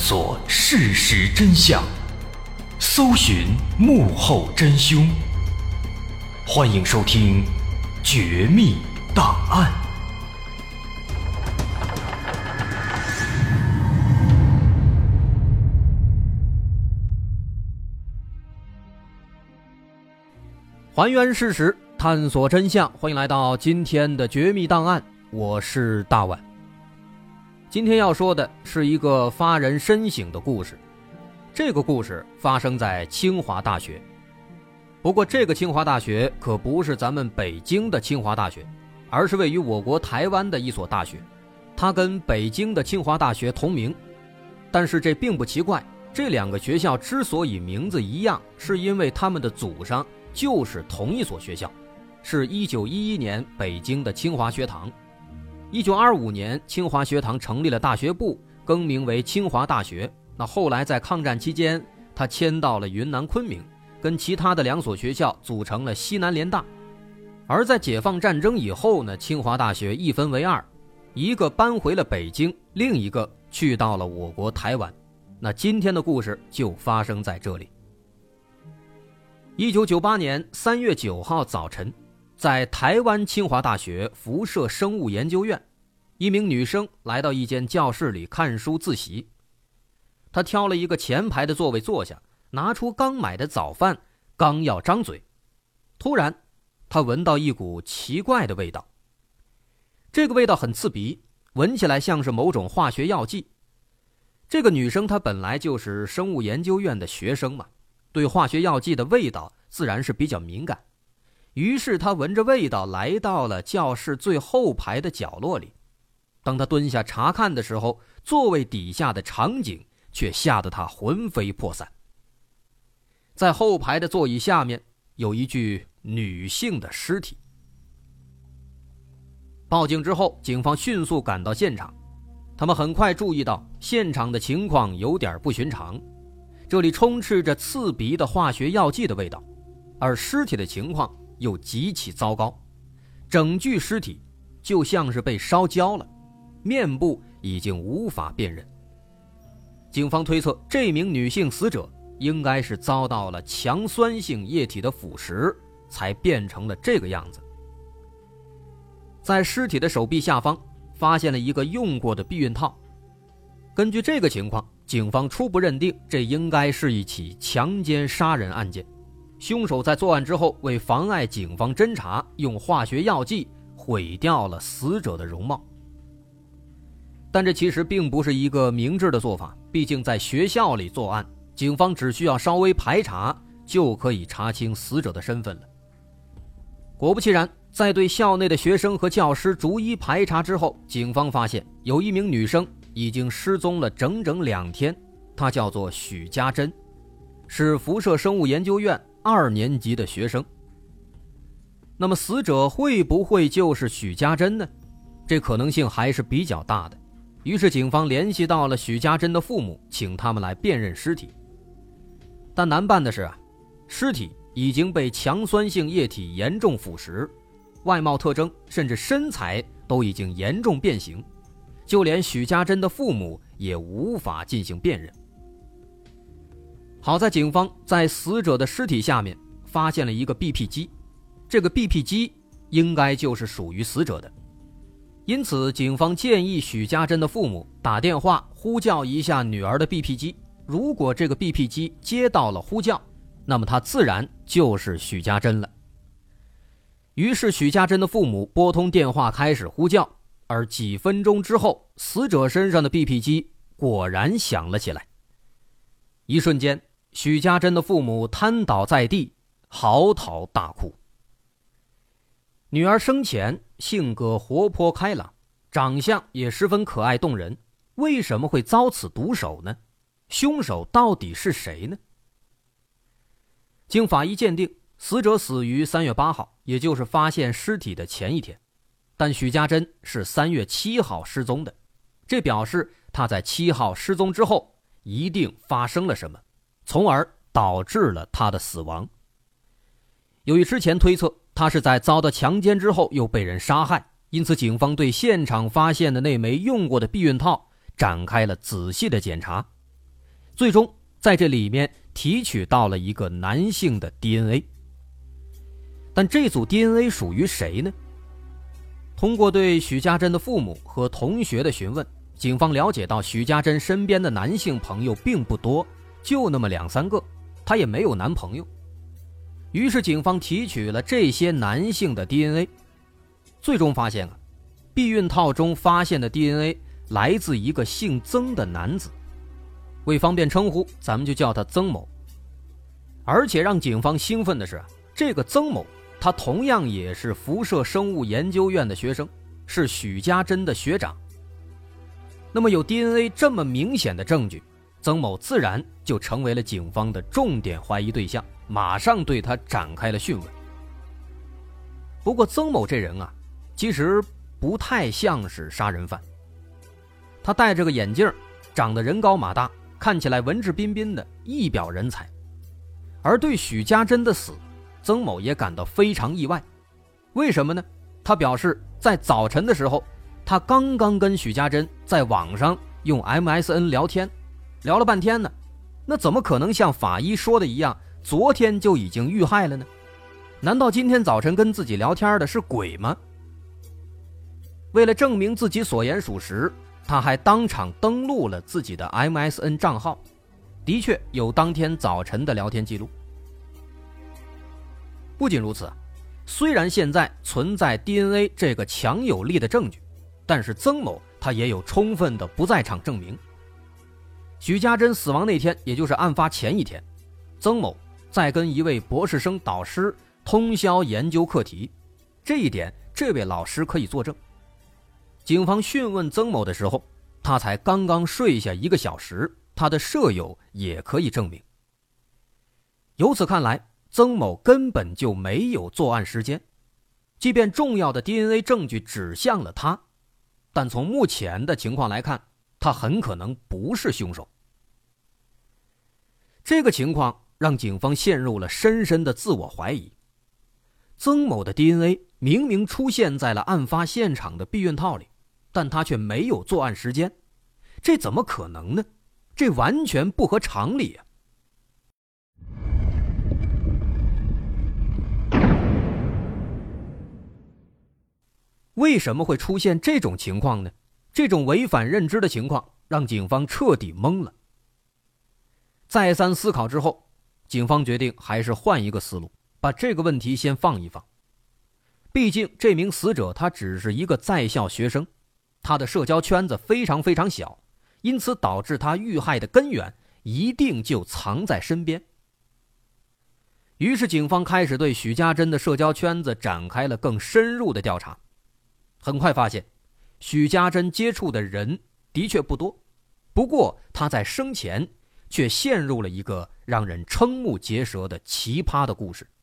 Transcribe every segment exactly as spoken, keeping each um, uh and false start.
索事实真相，搜寻幕后真凶。欢迎收听《绝密档案》。 还原事实，探索真相，欢迎来到今天的绝密档案，我是大碗。今天要说的是一个发人深省的故事，这个故事发生在清华大学。不过这个清华大学可不是咱们北京的清华大学，而是位于我国台湾的一所大学，它跟北京的清华大学同名。但是这并不奇怪，这两个学校之所以名字一样，是因为他们的祖上就是同一所学校，是一九一一年北京的清华学堂。一九二五年清华学堂成立了大学部，更名为清华大学。那后来在抗战期间，他迁到了云南昆明，跟其他的两所学校组成了西南联大。而在解放战争以后呢，清华大学一分为二，一个搬回了北京，另一个去到了我国台湾。那今天的故事就发生在这里。一九九八年三月九号早晨，在台湾清华大学辐射生物研究院，一名女生来到一间教室里看书自习。她挑了一个前排的座位坐下，拿出刚买的早饭，刚要张嘴，突然她闻到一股奇怪的味道。这个味道很刺鼻，闻起来像是某种化学药剂。这个女生她本来就是生物研究院的学生嘛，对化学药剂的味道自然是比较敏感。于是他闻着味道来到了教室最后排的角落里。当他蹲下查看的时候，座位底下的场景却吓得他魂飞魄散。在后排的座椅下面有一具女性的尸体。报警之后，警方迅速赶到现场。他们很快注意到现场的情况有点不寻常，这里充斥着刺鼻的化学药剂的味道，而尸体的情况又极其糟糕，整具尸体就像是被烧焦了，面部已经无法辨认。警方推测这名女性死者应该是遭到了强酸性液体的腐蚀，才变成了这个样子。在尸体的手臂下方发现了一个用过的避孕套，根据这个情况，警方初步认定这应该是一起强奸杀人案件。凶手在作案之后，为妨碍警方侦查，用化学药剂毁掉了死者的容貌。但这其实并不是一个明智的做法，毕竟在学校里作案，警方只需要稍微排查就可以查清死者的身份了。果不其然，在对校内的学生和教师逐一排查之后，警方发现有一名女生已经失踪了整整两天，她叫做许家珍，是辐射生物研究院二年级的学生。那么死者会不会就是许家珍呢？这可能性还是比较大的。于是警方联系到了许家珍的父母，请他们来辨认尸体。但难办的是啊，尸体已经被强酸性液体严重腐蚀，外貌特征甚至身材都已经严重变形，就连许家珍的父母也无法进行辨认。好在警方在死者的尸体下面发现了一个 B P 机，这个 B P 机应该就是属于死者的。因此警方建议许家珍的父母打电话呼叫一下女儿的 B P 机，如果这个 B P 机接到了呼叫，那么她自然就是许家珍了。于是许家珍的父母拨通电话开始呼叫，而几分钟之后，死者身上的 B P 机果然响了起来。一瞬间，许家珍的父母瘫倒在地，嚎啕大哭。女儿生前性格活泼开朗，长相也十分可爱动人，为什么会遭此毒手呢？凶手到底是谁呢？经法医鉴定，死者死于三月八号，也就是发现尸体的前一天，但许家珍是三月七号失踪的，这表示她在七号失踪之后一定发生了什么，从而导致了她的死亡。由于之前推测她是在遭到强奸之后又被人杀害，因此警方对现场发现的那枚用过的避孕套展开了仔细的检查， 最终在这里面提取到了一个男性的 D N A。 但这组 D N A 属于谁呢？通过对许家珍的父母和同学的询问，警方了解到许家珍身边的男性朋友并不多，就那么两三个，她也没有男朋友。于是警方提取了这些男性的 D N A， 最终发现啊，避孕套中发现的 D N A 来自一个姓曾的男子，为方便称呼，咱们就叫他曾某。而且让警方兴奋的是，这个曾某他同样也是辐射生物研究院的学生，是许家珍的学长。那么有 D N A 这么明显的证据，曾某自然就成为了警方的重点怀疑对象，马上对他展开了讯问。不过曾某这人啊，其实不太像是杀人犯。他戴着个眼镜，长得人高马大，看起来文质彬彬的，一表人才。而对许家珍的死，曾某也感到非常意外。为什么呢？他表示在早晨的时候，他刚刚跟许家珍在网上用 M S N 聊天，聊了半天呢，那怎么可能像法医说的一样，昨天就已经遇害了呢？难道今天早晨跟自己聊天的是鬼吗？为了证明自己所言属实，他还当场登录了自己的 M S N 账号，的确有当天早晨的聊天记录。不仅如此，虽然现在存在 D N A 这个强有力的证据，但是曾某他也有充分的不在场证明。许家珍死亡那天，也就是案发前一天，曾某在跟一位博士生导师通宵研究课题，这一点这位老师可以作证。警方讯问曾某的时候，他才刚刚睡下一个小时，他的舍友也可以证明。由此看来，曾某根本就没有作案时间，即便重要的 D N A 证据指向了他，但从目前的情况来看，他很可能不是凶手。这个情况让警方陷入了深深的自我怀疑。曾某的 D N A 明明出现在了案发现场的避孕套里，但他却没有作案时间，这怎么可能呢？这完全不合常理啊！为什么会出现这种情况呢？这种违反认知的情况让警方彻底懵了。再三思考之后，警方决定还是换一个思路，把这个问题先放一放。毕竟这名死者他只是一个在校学生，他的社交圈子非常非常小，因此导致他遇害的根源一定就藏在身边。于是警方开始对许家珍的社交圈子展开了更深入的调查。很快发现，许家珍接触的人的确不多，不过他在生前却陷入了一个让人瞠目结舌的奇葩的故事。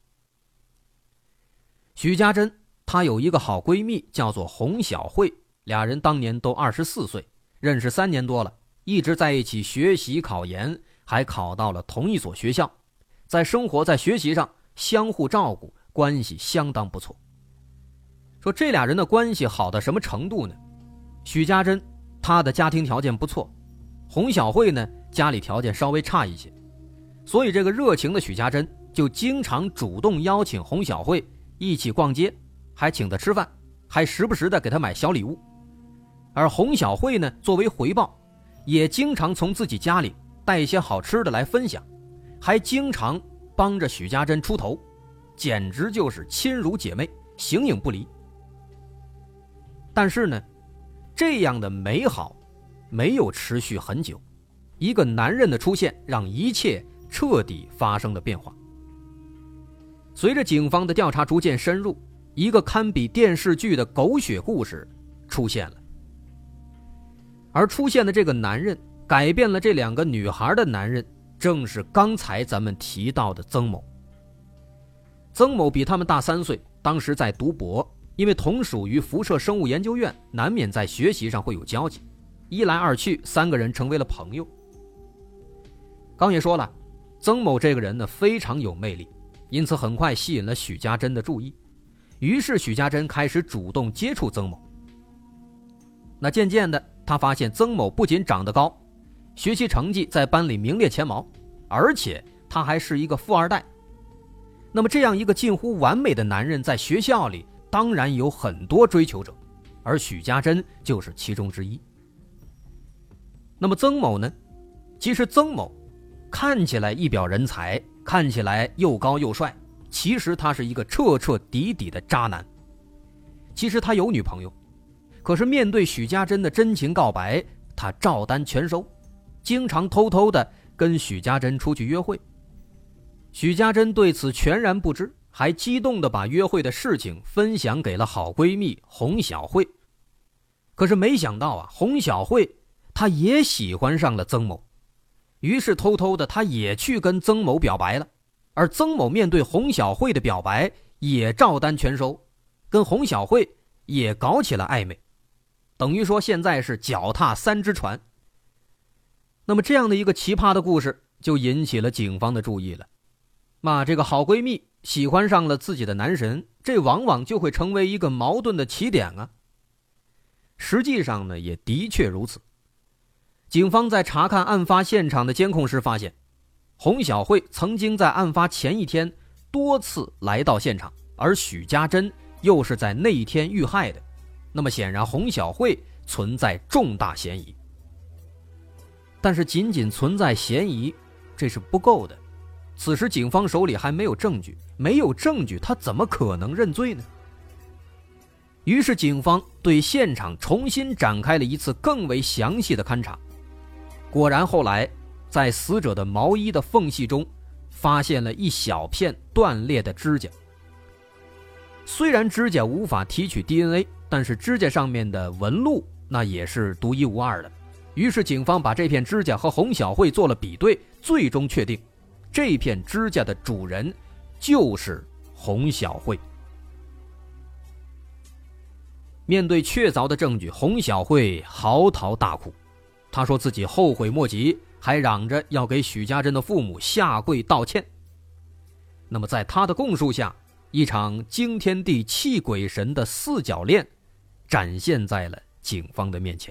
许家珍她有一个好闺蜜叫做洪小慧，俩人当年都二十四岁，认识三年多了，一直在一起学习考研，还考到了同一所学校，在生活在学习上相互照顾，关系相当不错。说这俩人的关系好到什么程度呢？许家珍她的家庭条件不错，洪小慧呢家里条件稍微差一些，所以这个热情的许家珍就经常主动邀请洪小慧一起逛街，还请她吃饭，还时不时的给她买小礼物。而洪小慧呢作为回报，也经常从自己家里带一些好吃的来分享，还经常帮着许家珍出头，简直就是亲如姐妹，形影不离。但是呢，这样的美好没有持续很久，一个男人的出现让一切彻底发生了变化。随着警方的调查逐渐深入，一个堪比电视剧的狗血故事出现了。而出现的这个男人，改变了这两个女孩的男人，正是刚才咱们提到的曾某。曾某比他们大三岁，当时在读博，因为同属于辐射生物研究院，难免在学习上会有交集，一来二去，三个人成为了朋友。刚也说了，曾某这个人呢非常有魅力，因此很快吸引了许家珍的注意，于是许家珍开始主动接触曾某。那渐渐的，他发现曾某不仅长得高， 学习成绩在班里名列前茅，而且他还是一个富二代。那么这样一个近乎完美的男人，在学校里当然有很多追求者，而许家珍就是其中之一。那么曾某呢？其实曾某看起来一表人才，看起来又高又帅，其实他是一个彻彻底底的渣男。其实他有女朋友，可是面对许家珍的真情告白，他照单全收，经常偷偷的跟许家珍出去约会。许家珍对此全然不知，还激动地把约会的事情分享给了好闺蜜洪小慧。可是没想到啊，洪小慧她也喜欢上了曾某，于是偷偷的她也去跟曾某表白了。而曾某面对洪小慧的表白也照单全收，跟洪小慧也搞起了暧昧，等于说现在是脚踏三只船。那么这样的一个奇葩的故事就引起了警方的注意了。那这个好闺蜜喜欢上了自己的男神，这往往就会成为一个矛盾的起点啊。实际上呢，也的确如此。警方在查看案发现场的监控时发现，洪小慧曾经在案发前一天多次来到现场，而许家珍又是在那一天遇害的。那么显然洪小慧存在重大嫌疑。但是仅仅存在嫌疑，这是不够的。此时警方手里还没有证据，没有证据他怎么可能认罪呢？于是警方对现场重新展开了一次更为详细的勘查。果然后来在死者的毛衣的缝隙中发现了一小片断裂的指甲。虽然指甲无法提取 D N A， 但是指甲上面的纹路那也是独一无二的。于是警方把这片指甲和洪小慧做了比对，最终确定这片指甲的主人就是洪小慧。面对确凿的证据，洪小慧嚎啕大哭，她说自己后悔莫及，还嚷着要给许家珍的父母下跪道歉。那么在她的供述下，一场惊天地泣鬼神的四角恋展现在了警方的面前。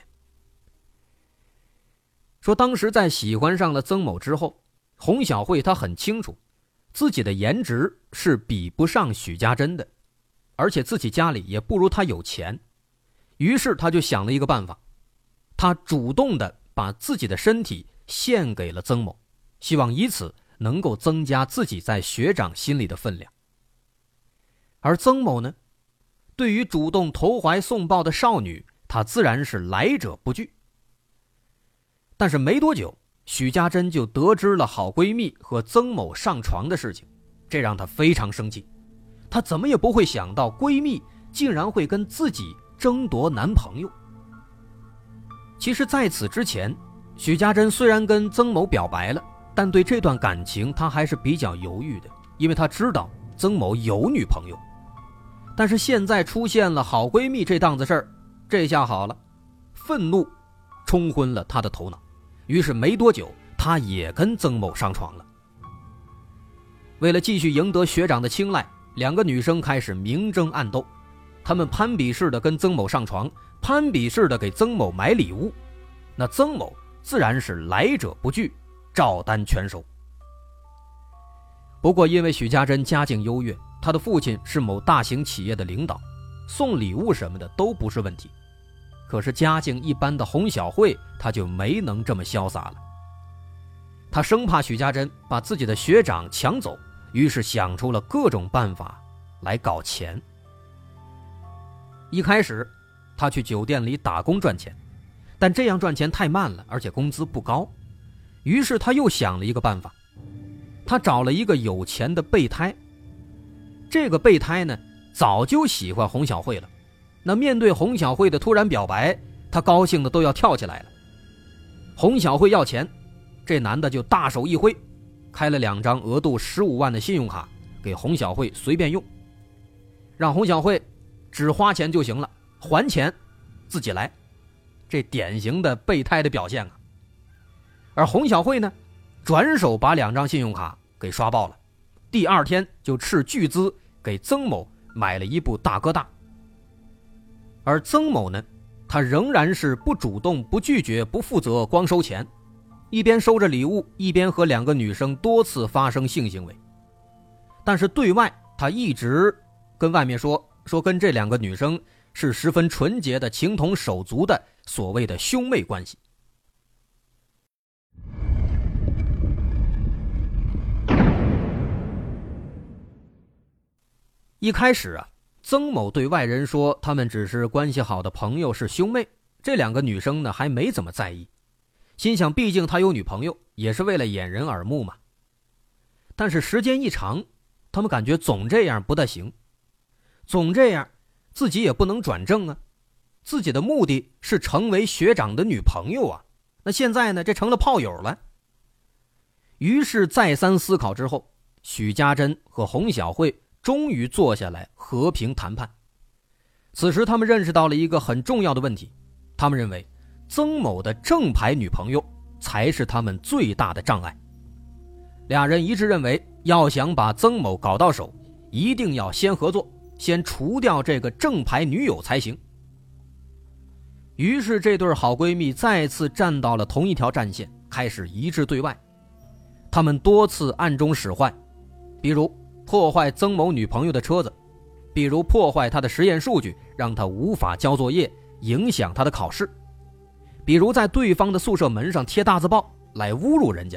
说当时在喜欢上了曾某之后，洪小慧她很清楚自己的颜值是比不上许家珍的，而且自己家里也不如她有钱。于是她就想了一个办法，她主动的把自己的身体献给了曾某，希望以此能够增加自己在学长心里的分量。而曾某呢，对于主动投怀送抱的少女，他自然是来者不拒。但是没多久，许家珍就得知了好闺蜜和曾某上床的事情，这让她非常生气。她怎么也不会想到闺蜜竟然会跟自己争夺男朋友。其实在此之前，许家珍虽然跟曾某表白了，但对这段感情她还是比较犹豫的，因为她知道曾某有女朋友。但是现在出现了好闺蜜这档子事儿，这下好了，愤怒冲昏了她的头脑。于是没多久，她也跟曾某上床了。为了继续赢得学长的青睐，两个女生开始明争暗斗，她们攀比似的跟曾某上床，攀比似的给曾某买礼物。那曾某自然是来者不拒，照单全收。不过因为许家珍家境优越，他的父亲是某大型企业的领导，送礼物什么的都不是问题。可是家境一般的洪小慧，他就没能这么潇洒了。他生怕许家珍把自己的学长抢走，于是想出了各种办法来搞钱。一开始他去酒店里打工赚钱，但这样赚钱太慢了，而且工资不高。于是他又想了一个办法，他找了一个有钱的备胎。这个备胎呢，早就喜欢洪小慧了。那面对洪小慧的突然表白，他高兴的都要跳起来了。洪小慧要钱，这男的就大手一挥，开了两张额度十五万的信用卡给洪小慧随便用，让洪小慧只花钱就行了，还钱自己来。这典型的备胎的表现啊。而洪小慧呢，转手把两张信用卡给刷爆了，第二天就斥巨资给曾某买了一部大哥大。而曾某呢，他仍然是不主动、不拒绝、不负责，光收钱。 一边收着礼物，一边和两个女生多次发生性行为。但是对外他一直跟外面说说跟这两个女生是十分纯洁的情同手足的所谓的兄妹关系。一开始啊，曾某对外人说他们只是关系好的朋友，是兄妹，这两个女生呢还没怎么在意，心想毕竟他有女朋友，也是为了掩人耳目嘛。但是时间一长，他们感觉总这样不大行，总这样自己也不能转正啊，自己的目的是成为学长的女朋友啊，那现在呢这成了炮友了。于是再三思考之后，许家珍和洪小慧终于坐下来和平谈判。此时他们认识到了一个很重要的问题，他们认为曾某的正牌女朋友才是他们最大的障碍。俩人一致认为，要想把曾某搞到手，一定要先合作，先除掉这个正牌女友才行。于是这对好闺蜜再次站到了同一条战线，开始一致对外。她们多次暗中使坏，比如破坏曾某女朋友的车子，比如破坏她的实验数据，让她无法交作业，影响她的考试，比如在对方的宿舍门上贴大字报来侮辱人家。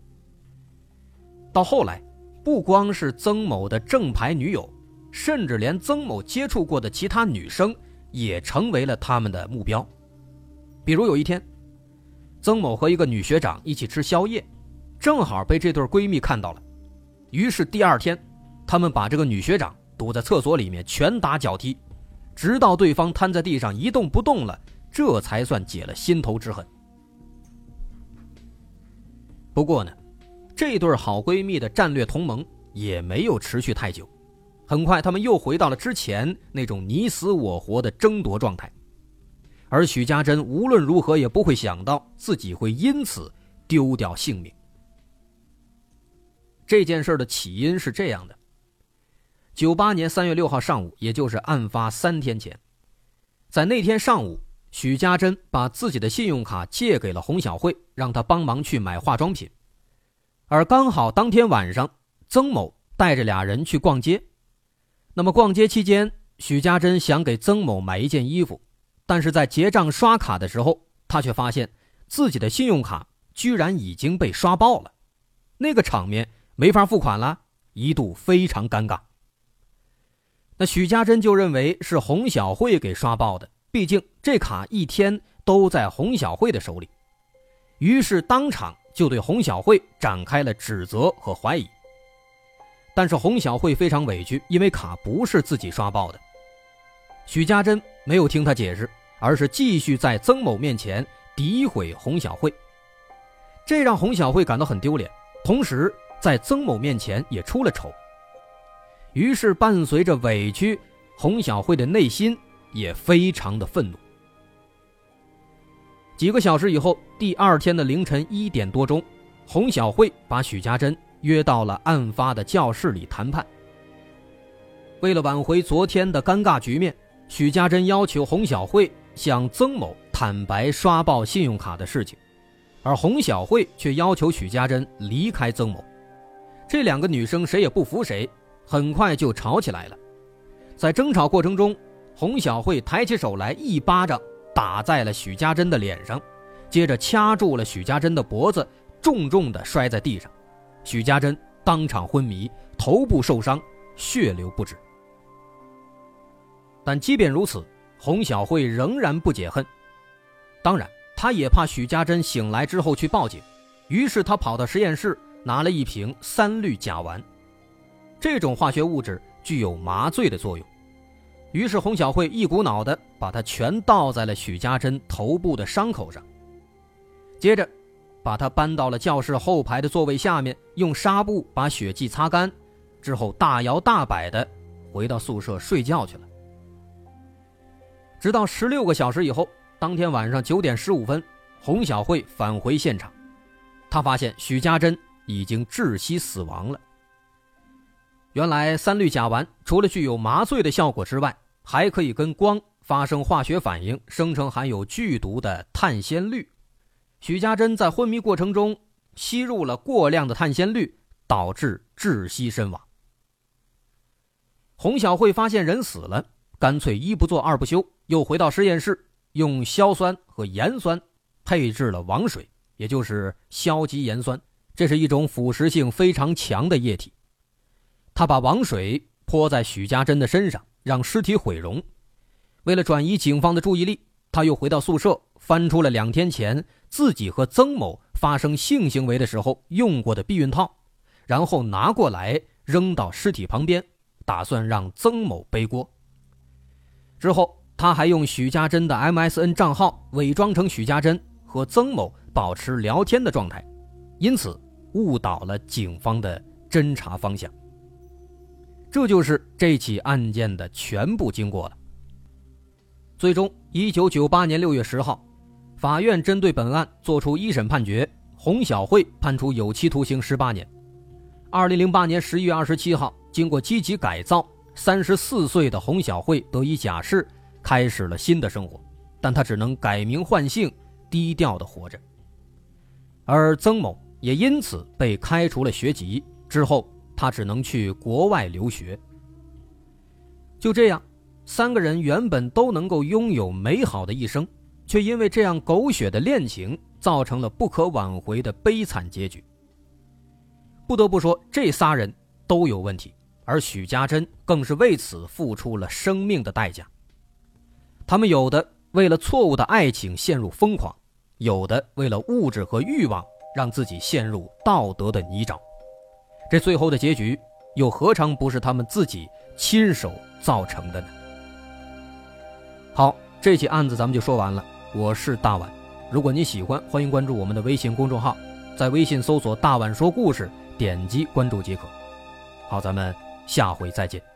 到后来，不光是曾某的正牌女友，甚至连曾某接触过的其他女生也成为了他们的目标。比如有一天，曾某和一个女学长一起吃宵夜，正好被这对闺蜜看到了，于是第二天他们把这个女学长堵在厕所里面拳打脚踢，直到对方瘫在地上一动不动了，这才算解了心头之恨。不过呢，这对好闺蜜的战略同盟也没有持续太久，很快他们又回到了之前那种你死我活的争夺状态。而许家珍无论如何也不会想到自己会因此丢掉性命。这件事的起因是这样的，九八年三月六号上午，也就是案发三天前，在那天上午，许家珍把自己的信用卡借给了洪小慧，让她帮忙去买化妆品。而刚好当天晚上，曾某带着俩人去逛街。那么逛街期间，许家珍想给曾某买一件衣服，但是在结账刷卡的时候，他却发现自己的信用卡居然已经被刷爆了，那个场面没法付款了，一度非常尴尬。那许家珍就认为是洪小慧给刷爆的，毕竟这卡一天都在洪小慧的手里，于是当场就对洪小慧展开了指责和怀疑。但是洪小慧非常委屈，因为卡不是自己刷爆的。许家珍没有听他解释，而是继续在曾某面前诋毁洪小慧，这让洪小慧感到很丢脸，同时在曾某面前也出了丑。于是伴随着委屈，洪小慧的内心也非常的愤怒。几个小时以后，第二天的凌晨一点多钟，洪小慧把许家珍约到了案发的教室里谈判。为了挽回昨天的尴尬局面，许家珍要求洪小慧向曾某坦白刷爆信用卡的事情，而洪小慧却要求许家珍离开曾某。这两个女生谁也不服谁，很快就吵起来了。在争吵过程中，洪小慧抬起手来，一巴掌打在了许家珍的脸上，接着掐住了许家珍的脖子，重重地摔在地上。许家珍当场昏迷，头部受伤，血流不止。但即便如此，洪小慧仍然不解恨。当然，她也怕许家珍醒来之后去报警，于是她跑到实验室拿了一瓶三氯甲烷。这种化学物质具有麻醉的作用，于是洪小慧一股脑的把它全倒在了许家珍头部的伤口上，接着把他搬到了教室后排的座位下面，用纱布把血迹擦干，之后大摇大摆的回到宿舍睡觉去了。直到十六个小时以后，当天晚上九点十五分，洪小慧返回现场，她发现许家珍已经窒息死亡了。原来三氯甲烷除了具有麻醉的效果之外，还可以跟光发生化学反应，生成含有剧毒的碳酰氯。 许家珍在昏迷过程中吸入了过量的碳纤氯，导致窒息身亡。洪小慧发现人死了，干脆一不做二不休，又回到实验室，用硝酸和盐酸配制了王水，也就是硝基盐酸，这是一种腐蚀性非常强的液体。他把王水泼在许家珍的身上，让尸体毁容。为了转移警方的注意力，他又回到宿舍，翻出了两天前自己和曾某发生性行为的时候用过的避孕套，然后拿过来扔到尸体旁边，打算让曾某背锅。之后他还用许家珍的 M S N 账号伪装成许家珍和曾某保持聊天的状态，因此误导了警方的侦查方向。这就是这起案件的全部经过了。最终一九九八年六月十号，法院针对本案作出一审判决，洪小慧判处有期徒刑十八年。二零零八年十一月二十七号，经过积极改造，三十四岁的洪小慧得以假释，开始了新的生活，但她只能改名换姓，低调地活着。而曾某也因此被开除了学籍，之后他只能去国外留学。就这样，三个人原本都能够拥有美好的一生，却因为这样狗血的恋情造成了不可挽回的悲惨结局。不得不说，这仨人都有问题，而许家珍更是为此付出了生命的代价。他们有的为了错误的爱情陷入疯狂，有的为了物质和欲望让自己陷入道德的泥沼。这最后的结局又何尝不是他们自己亲手造成的呢？好，这起案子咱们就说完了。我是大碗，如果你喜欢，欢迎关注我们的微信公众号，在微信搜索大碗说故事，点击关注即可。好，咱们下回再见。